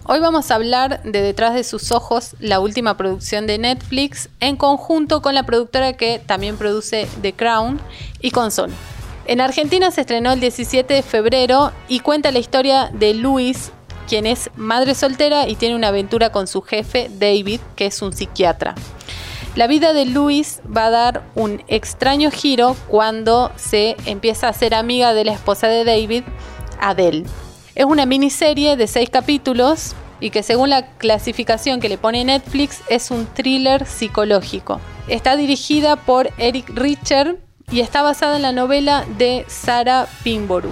Hoy vamos a hablar de Detrás de sus ojos, la última producción de Netflix, en conjunto con la productora que también produce The Crown y con Sony. En Argentina se estrenó el 17 de febrero y cuenta la historia de Louise, quien es madre soltera y tiene una aventura con su jefe, David, que es un psiquiatra. La vida de Louise va a dar un extraño giro cuando se empieza a ser amiga de la esposa de David, Adele. Es una miniserie de 6 capítulos y que según la clasificación que le pone Netflix es un thriller psicológico. Está dirigida por Eric Richer y está basada en la novela de Sarah Pinborough.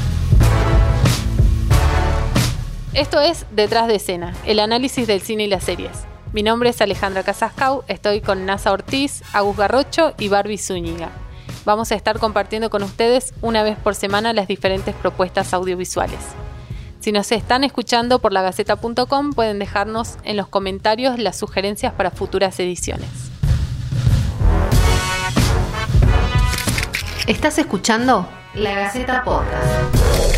Esto es Detrás de Escena, el análisis del cine y las series. Mi nombre es Alejandra Casascau, estoy con Nasa Ortiz, Agus Garrocho y Barbie Zúñiga. Vamos a estar compartiendo con ustedes una vez por semana las diferentes propuestas audiovisuales. Si nos están escuchando por lagaceta.com, pueden dejarnos en los comentarios las sugerencias para futuras ediciones. ¿Estás escuchando? La Gaceta Podcast.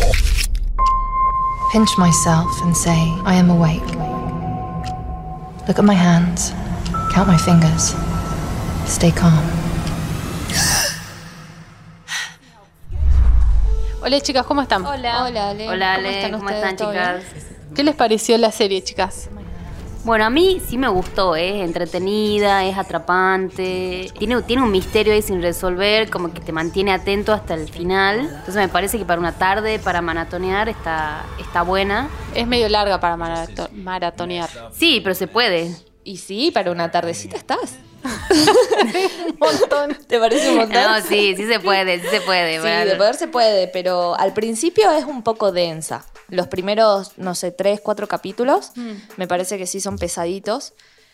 Pinch myself and say, I am awake. Look at my hands. Count my fingers. Stay calm. Hola chicas, ¿cómo están? Hola Ale. Hola Ale, ¿cómo están chicas? ¿Qué les pareció la serie, chicas? Bueno, a mí sí me gustó, es entretenida, es atrapante, tiene un misterio ahí sin resolver, como que te mantiene atento hasta el final. Entonces me parece que para una tarde, para maratonear, está buena. Es medio larga para maratonear. Sí, pero se puede. Y sí, para una tardecita estás. Un montón. ¿Te parece un montón? No, sí se puede. Sí, de poder se puede, pero al principio es un poco densa. Los primeros, 3, 4 capítulos, me parece que sí son pesaditos.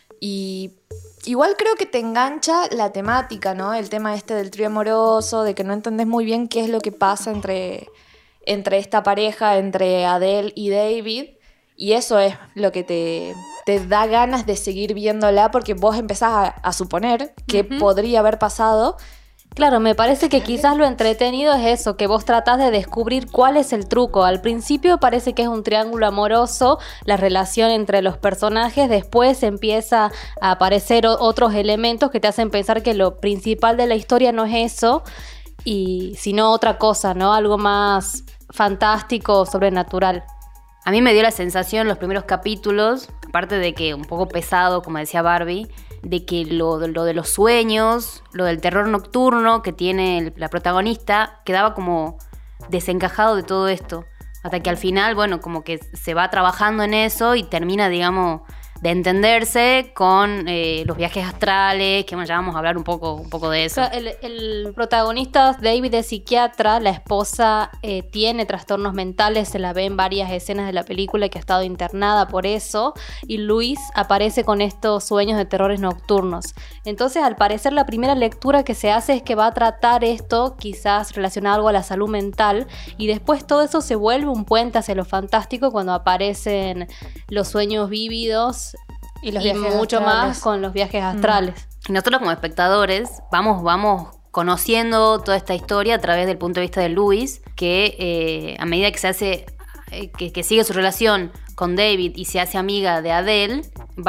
Y igual creo que te engancha la temática, ¿no? El tema del trío amoroso, de que no entendés muy bien qué es lo que pasa entre esta pareja, entre Adele y David. Y eso es lo que te da ganas de seguir viéndola, porque vos empezás a suponer que podría haber pasado. Claro, me parece que quizás lo entretenido es eso, que vos tratás de descubrir cuál es el truco. Al principio parece que es un triángulo amoroso, la relación entre los personajes, después empieza a aparecer otros elementos que te hacen pensar que lo principal de la historia no es eso, sino otra cosa, ¿no? Algo más fantástico, sobrenatural. A mí me dio la sensación en los primeros capítulos, aparte de que un poco pesado, como decía Barbie, de que lo de los sueños, lo del terror nocturno que tiene la protagonista, quedaba como desencajado de todo esto. Hasta que al final, bueno, como que se va trabajando en eso y termina, digamos, de entenderse con los viajes astrales, que ya vamos a hablar un poco de eso. O sea, el protagonista, David, es psiquiatra, la esposa tiene trastornos mentales, se la ve en varias escenas de la película que ha estado internada por eso, y Luis aparece con estos sueños de terrores nocturnos. Entonces, al parecer, la primera lectura que se hace es que va a tratar esto, quizás relacionado algo a la salud mental, y después todo eso se vuelve un puente hacia lo fantástico cuando aparecen los sueños vívidos y mucho más con los viajes astrales. Y nosotros como espectadores vamos conociendo toda esta historia a través del punto de vista de Louise, que a medida que se hace que sigue su relación con David y se hace amiga de Adele,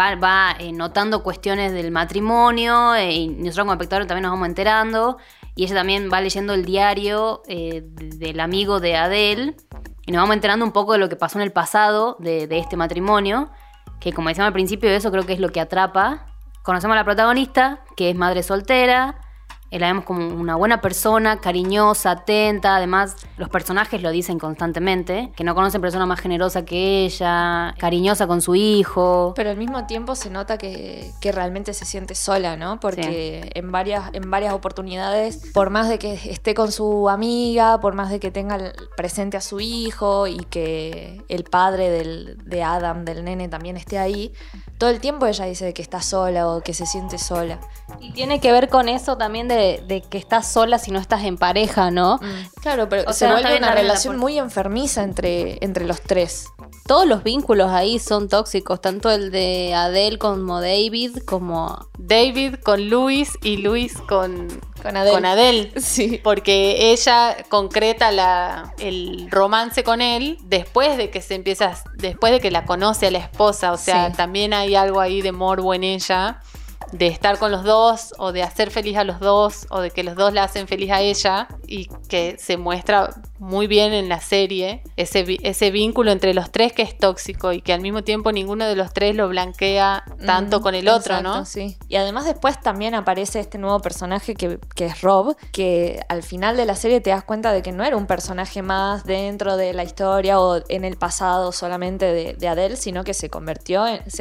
va notando cuestiones del matrimonio, y nosotros como espectadores también nos vamos enterando, y ella también va leyendo el diario del amigo de Adele, y nos vamos enterando un poco de lo que pasó en el pasado de este matrimonio, que como decíamos al principio, eso creo que es lo que atrapa. Conocemos a la protagonista, que es madre soltera, la vemos como una buena persona, cariñosa, atenta. Además, los personajes lo dicen constantemente, que no conocen persona más generosa que ella, cariñosa con su hijo. Pero al mismo tiempo se nota que realmente se siente sola, ¿no? Porque sí, en varias oportunidades, por más de que esté con su amiga, por más de que tenga presente a su hijo y que el padre de Adam, del nene, también esté ahí, todo el tiempo ella dice que está sola o que se siente sola. Y tiene que ver con eso también de que estás sola si no estás en pareja, ¿no? Claro, pero se vuelve una relación muy enfermiza entre los tres. Todos los vínculos ahí son tóxicos, tanto el de Adele como David, como David con Louis y Louis con Adele. Con Adele. Sí. Porque ella concreta el romance con él después de que la conoce a la esposa. O sea, Sí. también hay algo ahí de morbo en ella, de estar con los dos, o de hacer feliz a los dos, o de que los dos la hacen feliz a ella, y que se muestra muy bien en la serie ese vínculo entre los tres que es tóxico y que al mismo tiempo ninguno de los tres lo blanquea tanto con el otro, Exacto, ¿no? Sí. Y además después también aparece este nuevo personaje que es Rob, que al final de la serie te das cuenta de que no era un personaje más dentro de la historia o en el pasado solamente de Adele, sino que se convirtió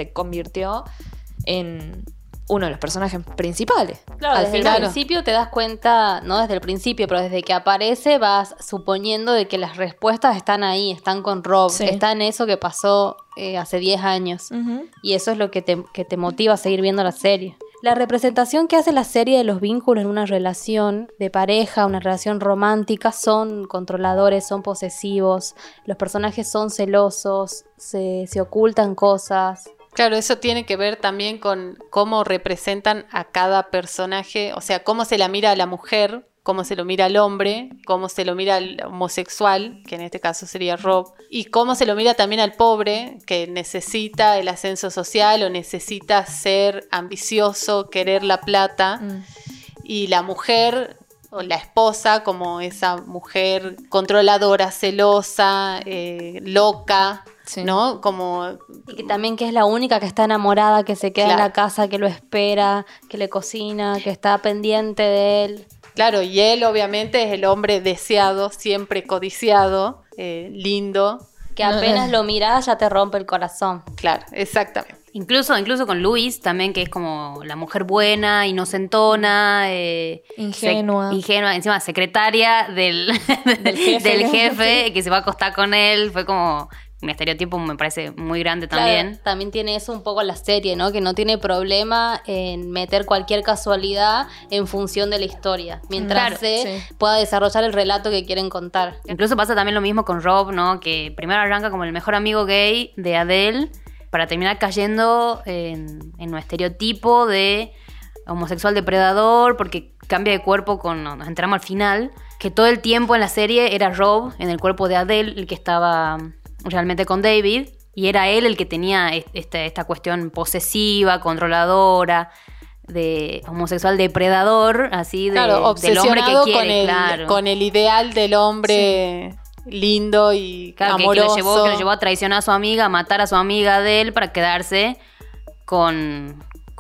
en uno de los personajes principales. Claro, al desde final. el principio te das cuenta, no desde el principio, pero desde que aparece vas suponiendo de que las respuestas están ahí, están con Rob, Sí. está en eso que pasó hace 10 años. Ujú. Y eso es lo que te motiva a seguir viendo la serie. La representación que hace la serie de los vínculos en una relación de pareja, una relación romántica, son controladores, son posesivos, los personajes son celosos, se ocultan cosas. Claro, eso tiene que ver también con cómo representan a cada personaje, o sea, cómo se la mira a la mujer, cómo se lo mira al hombre, cómo se lo mira al homosexual, que en este caso sería Rob, y cómo se lo mira también al pobre, que necesita el ascenso social o necesita ser ambicioso, querer la plata, y la mujer o la esposa como esa mujer controladora, celosa, loca, Sí. ¿no? Como Y que también que es la única que está enamorada, que se queda en Claro. la casa, que lo espera, que le cocina, que está pendiente de él. claro, y él obviamente es el hombre deseado, siempre codiciado, lindo. Que apenas lo miras ya te rompe el corazón. Claro, exactamente. Incluso con Luis también, que es como la mujer buena, inocentona, Ingenua. ingenua, encima secretaria del jefe. jefe que se va a acostar con él. Fue como un estereotipo, me parece muy grande también. Claro, también tiene eso un poco la serie, ¿no? Que no tiene problema en meter cualquier casualidad en función de la historia, mientras Claro, se sí. pueda desarrollar el relato que quieren contar. Incluso pasa también lo mismo con Rob, ¿no? Que primero arranca como el mejor amigo gay de Adele para terminar cayendo en un estereotipo de homosexual depredador, porque cambia de cuerpo nos enteramos al final, que todo el tiempo en la serie era Rob en el cuerpo de Adele el que estaba realmente con David, y era él el que tenía esta cuestión posesiva, controladora, de homosexual depredador, así Claro, del hombre que obsesionado quiere, claro. con el ideal del hombre lindo y Claro, que amoroso. lo llevó a traicionar a su amiga, a matar a su amiga de él para quedarse con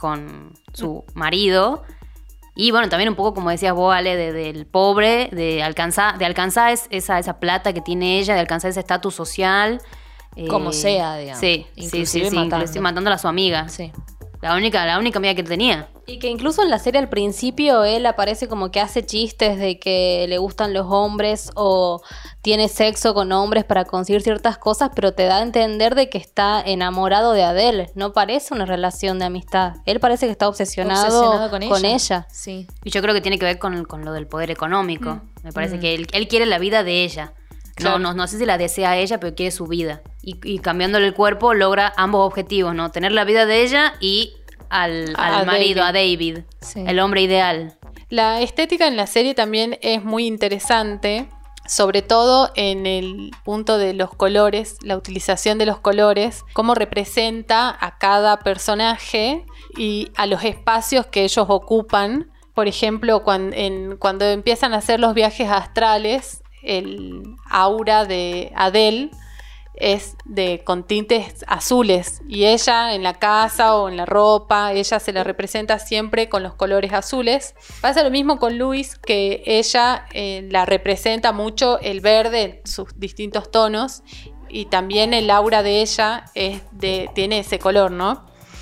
su marido. Y bueno, también un poco como decías vos, Ale, del pobre, de alcanzar esa plata que tiene ella, de alcanzar ese estatus social. Como sea, digamos. Sí, Inclusive sí, matando. inclusive matándola a su amiga. Sí. La única amiga que tenía. Y que incluso en la serie al principio él aparece como que hace chistes de que le gustan los hombres o tiene sexo con hombres para conseguir ciertas cosas, pero te da a entender de que está enamorado de Adele. No parece una relación de amistad. Él parece que está obsesionado con ella. Sí. Y yo creo que tiene que ver con lo del poder económico. Me parece que él quiere la vida de ella. Claro. No sé si la desea a ella, pero quiere su vida. Y cambiándole el cuerpo logra ambos objetivos, ¿no? Tener la vida de ella y al A marido, David. a David. Sí. El hombre ideal. La estética en la serie también es muy interesante, sobre todo en el punto de los colores, la utilización de los colores, cómo representa a cada personaje y a los espacios que ellos ocupan. Por ejemplo, cuando empiezan a hacer los viajes astrales, el aura de Adele es con tintes azules, y ella en la casa o en la ropa, ella se la representa siempre con los colores azules. Pasa lo mismo con Louis, que ella la representa mucho el verde en sus distintos tonos, y también el aura de ella tiene ese color, ¿no?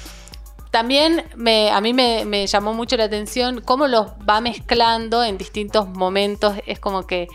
También a mí me llamó mucho la atención cómo los va mezclando en distintos momentos. Es como que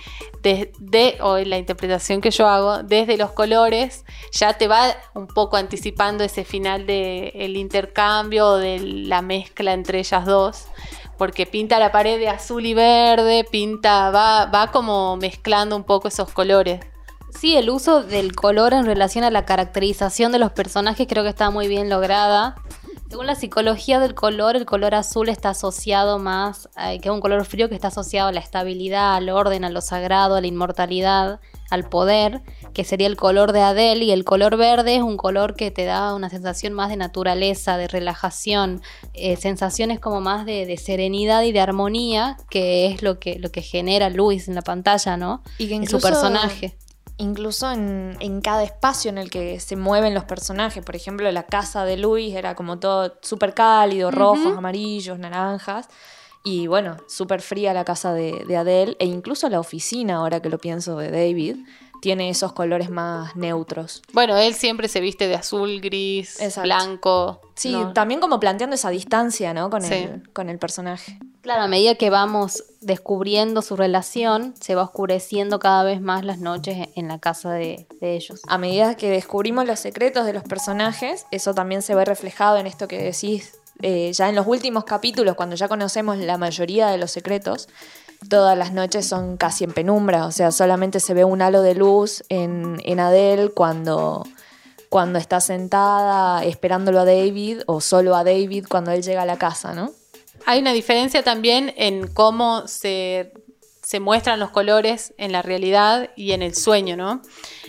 o la interpretación que yo hago, desde los colores, ya te va un poco anticipando ese final del intercambio, de la mezcla entre ellas dos. Porque pinta la pared de azul y verde, va como mezclando un poco esos colores. Sí, el uso del color en relación a la caracterización de los personajes creo que está muy bien lograda. Según la psicología del color, el color azul está asociado más, que es un color frío que está asociado a la estabilidad, al orden, a lo sagrado, a la inmortalidad, al poder, que sería el color de Adele, y el color verde es un color que te da una sensación más de naturaleza, de relajación, sensaciones como más de serenidad y de armonía, que es lo que genera Louis en la pantalla, ¿no? Y que en incluso, su personaje. Incluso en cada espacio en el que se mueven los personajes. Por ejemplo, la casa de Louis era como todo súper cálido, rojos, amarillos, naranjas. Y bueno, súper fría la casa de Adele. E incluso la oficina, ahora que lo pienso, de David, tiene esos colores más neutros. Bueno, él siempre se viste de azul, gris, Exacto. blanco. Sí, ¿no? también como planteando esa distancia, ¿no? Con, Sí. con el personaje. Claro, a medida que vamos descubriendo su relación, se va oscureciendo cada vez más las noches en la casa de ellos. A medida que descubrimos los secretos de los personajes, eso también se ve reflejado en esto que decís, ya en los últimos capítulos, cuando ya conocemos la mayoría de los secretos. Todas las noches son casi en penumbra, o sea, solamente se ve un halo de luz en Adele cuando está sentada esperándolo a David, o solo a David cuando él llega a la casa, ¿no? Hay una diferencia también en cómo se muestran los colores en la realidad y en el sueño, ¿no?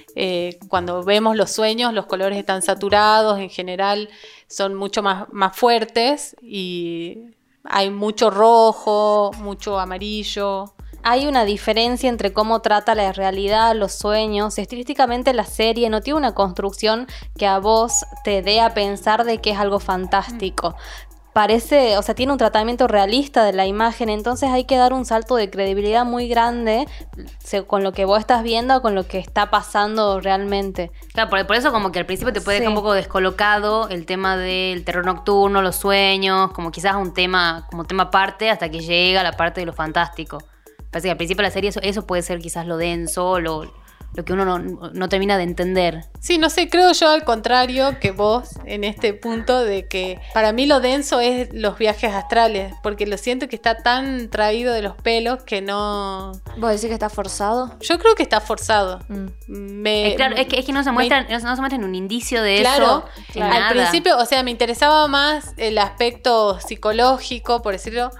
Cuando vemos los sueños, los colores están saturados, en general son mucho más fuertes y hay mucho rojo, mucho amarillo. Hay una diferencia entre cómo trata la realidad, los sueños. Estilísticamente la serie no tiene una construcción que a vos te dé a pensar de que es algo fantástico. Parece, o sea, tiene un tratamiento realista de la imagen, entonces hay que dar un salto de credibilidad muy grande con lo que vos estás viendo, con lo que está pasando realmente. Claro, por eso como que al principio te puede dejar un poco descolocado el tema del terror nocturno, los sueños, como quizás un tema, como tema aparte, hasta que llega la parte de lo fantástico. Parece que al principio de la serie eso puede ser quizás lo denso, lo que uno no termina de entender. Sí, no sé, creo yo al contrario que vos en este punto de que para mí lo denso es los viajes astrales, porque lo siento que está tan traído de los pelos que no... ¿Vos decís que está forzado? Yo creo que está forzado. Claro, es que no se muestra en un indicio de claro, eso. En al nada. principio, o sea, me interesaba más el aspecto psicológico, por decirlo,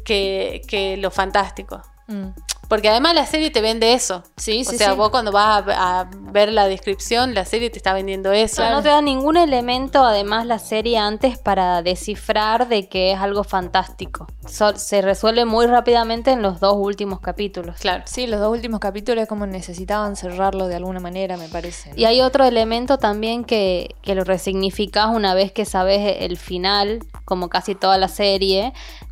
que lo fantástico. Porque además la serie te vende eso. Sí, o sea, vos cuando vas a ver la descripción, la serie te está vendiendo eso. No te da ningún elemento, además, la serie antes para descifrar de que es algo fantástico. Se resuelve muy rápidamente en los 2 últimos capítulos. Claro. Sí, los 2 últimos capítulos es como necesitaban cerrarlo de alguna manera, me parece, ¿no? Y hay otro elemento también que lo resignificás una vez que sabes el final, como casi toda la serie.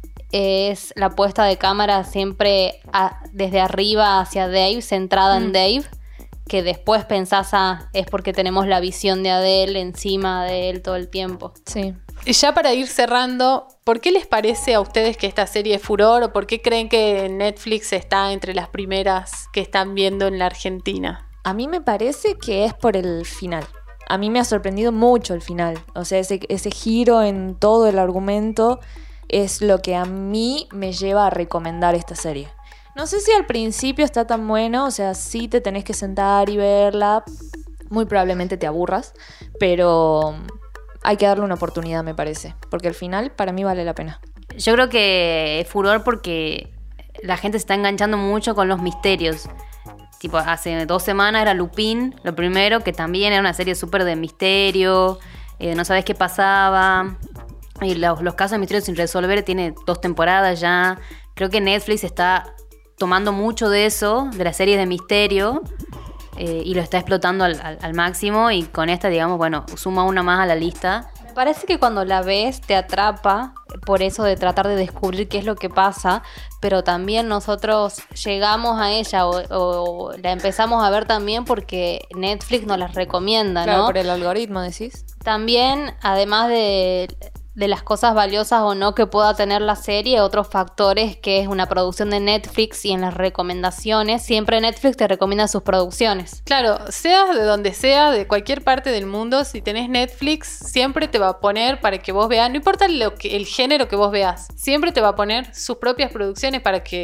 Es la puesta de cámara siempre desde arriba hacia Dave, centrada en Dave, que después pensás, es porque tenemos la visión de Adele encima de él todo el tiempo. Sí. Y ya para ir cerrando, ¿por qué les parece a ustedes que esta serie es furor o por qué creen que Netflix está entre las primeras que están viendo en la Argentina? A mí me parece que es por el final. A mí me ha sorprendido mucho el final. O sea, ese giro en todo el argumento es lo que a mí me lleva a recomendar esta serie. No sé si al principio está tan bueno, o sea, sí te tenés que sentar y verla, muy probablemente te aburras, pero hay que darle una oportunidad, me parece, porque el final para mí vale la pena. Yo creo que es furor porque la gente se está enganchando mucho con los misterios. Tipo, hace 2 semanas era Lupin, lo primero, que también era una serie súper de misterio, no sabes qué pasaba. Y los casos de misterio sin resolver tiene 2 temporadas ya. Creo que Netflix está tomando mucho de eso, de las series de misterio, y lo está explotando al máximo. Y con esta, digamos, bueno, suma una más a la lista. Me parece que cuando la ves te atrapa por eso de tratar de descubrir qué es lo que pasa, pero también nosotros llegamos a ella o la empezamos a ver también porque Netflix nos las recomienda, Claro, ¿no? por el algoritmo, decís. También, además de las cosas valiosas o no que pueda tener la serie, otros factores que es una producción de Netflix y en las recomendaciones, siempre Netflix te recomienda sus producciones. Claro, seas de donde sea, de cualquier parte del mundo, si tenés Netflix, siempre te va a poner para que vos veas, no importa el género que vos veas, siempre te va a poner sus propias producciones para que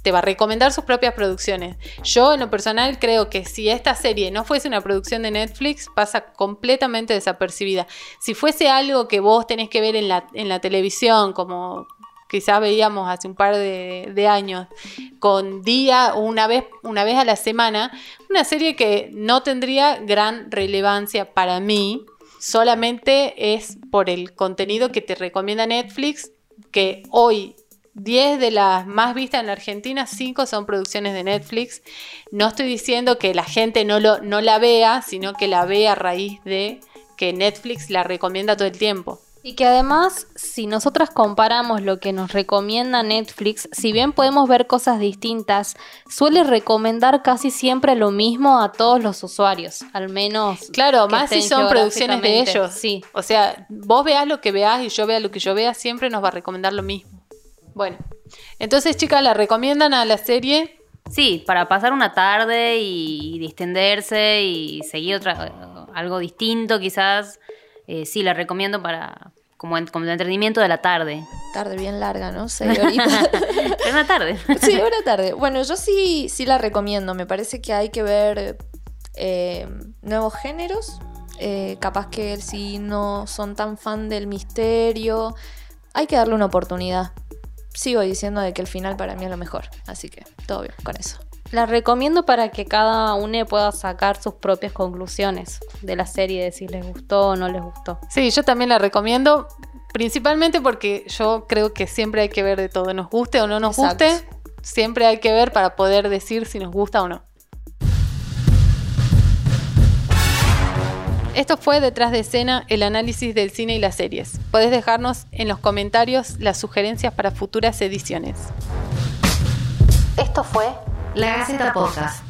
te va a recomendar sus propias producciones. Yo, en lo personal, creo que si esta serie no fuese una producción de Netflix, pasa completamente desapercibida. Si fuese algo que vos tenés que ver en la televisión, como quizás veíamos hace un par de años, con una vez a la semana, una serie que no tendría gran relevancia para mí, solamente es por el contenido que te recomienda Netflix, que hoy 10 de las más vistas en la Argentina, 5 son producciones de Netflix. No estoy diciendo que la gente no la vea, sino que la vea a raíz de que Netflix la recomienda todo el tiempo. Y que además, si nosotras comparamos lo que nos recomienda Netflix, si bien podemos ver cosas distintas, suele recomendar casi siempre lo mismo a todos los usuarios, al menos. Claro, más si son producciones de ellos. Sí. O sea, vos veas lo que veas y yo vea lo que yo vea, siempre nos va a recomendar lo mismo. Bueno, entonces, chicas, ¿la recomiendan a la serie? Sí, para pasar una tarde y distenderse y seguir algo distinto quizás. Sí, la recomiendo como entretenimiento de la tarde. Tarde bien larga, ¿no? 6 horitas. Pero una tarde. Sí, una tarde. Bueno, yo sí la recomiendo. Me parece que hay que ver nuevos géneros. Capaz que si no son tan fan del misterio, hay que darle una oportunidad. Sigo diciendo de que el final para mí es lo mejor. Así que todo bien con eso. La recomiendo para que cada uno pueda sacar sus propias conclusiones de la serie, de si les gustó o no les gustó. Sí, yo también la recomiendo, principalmente porque yo creo que siempre hay que ver de todo, nos guste o no nos guste, siempre hay que ver para poder decir si nos gusta o no. Esto fue Detrás de Escena, el análisis del cine y las series. Podés dejarnos en los comentarios las sugerencias para futuras ediciones. Esto fue La Gaceta Podcast.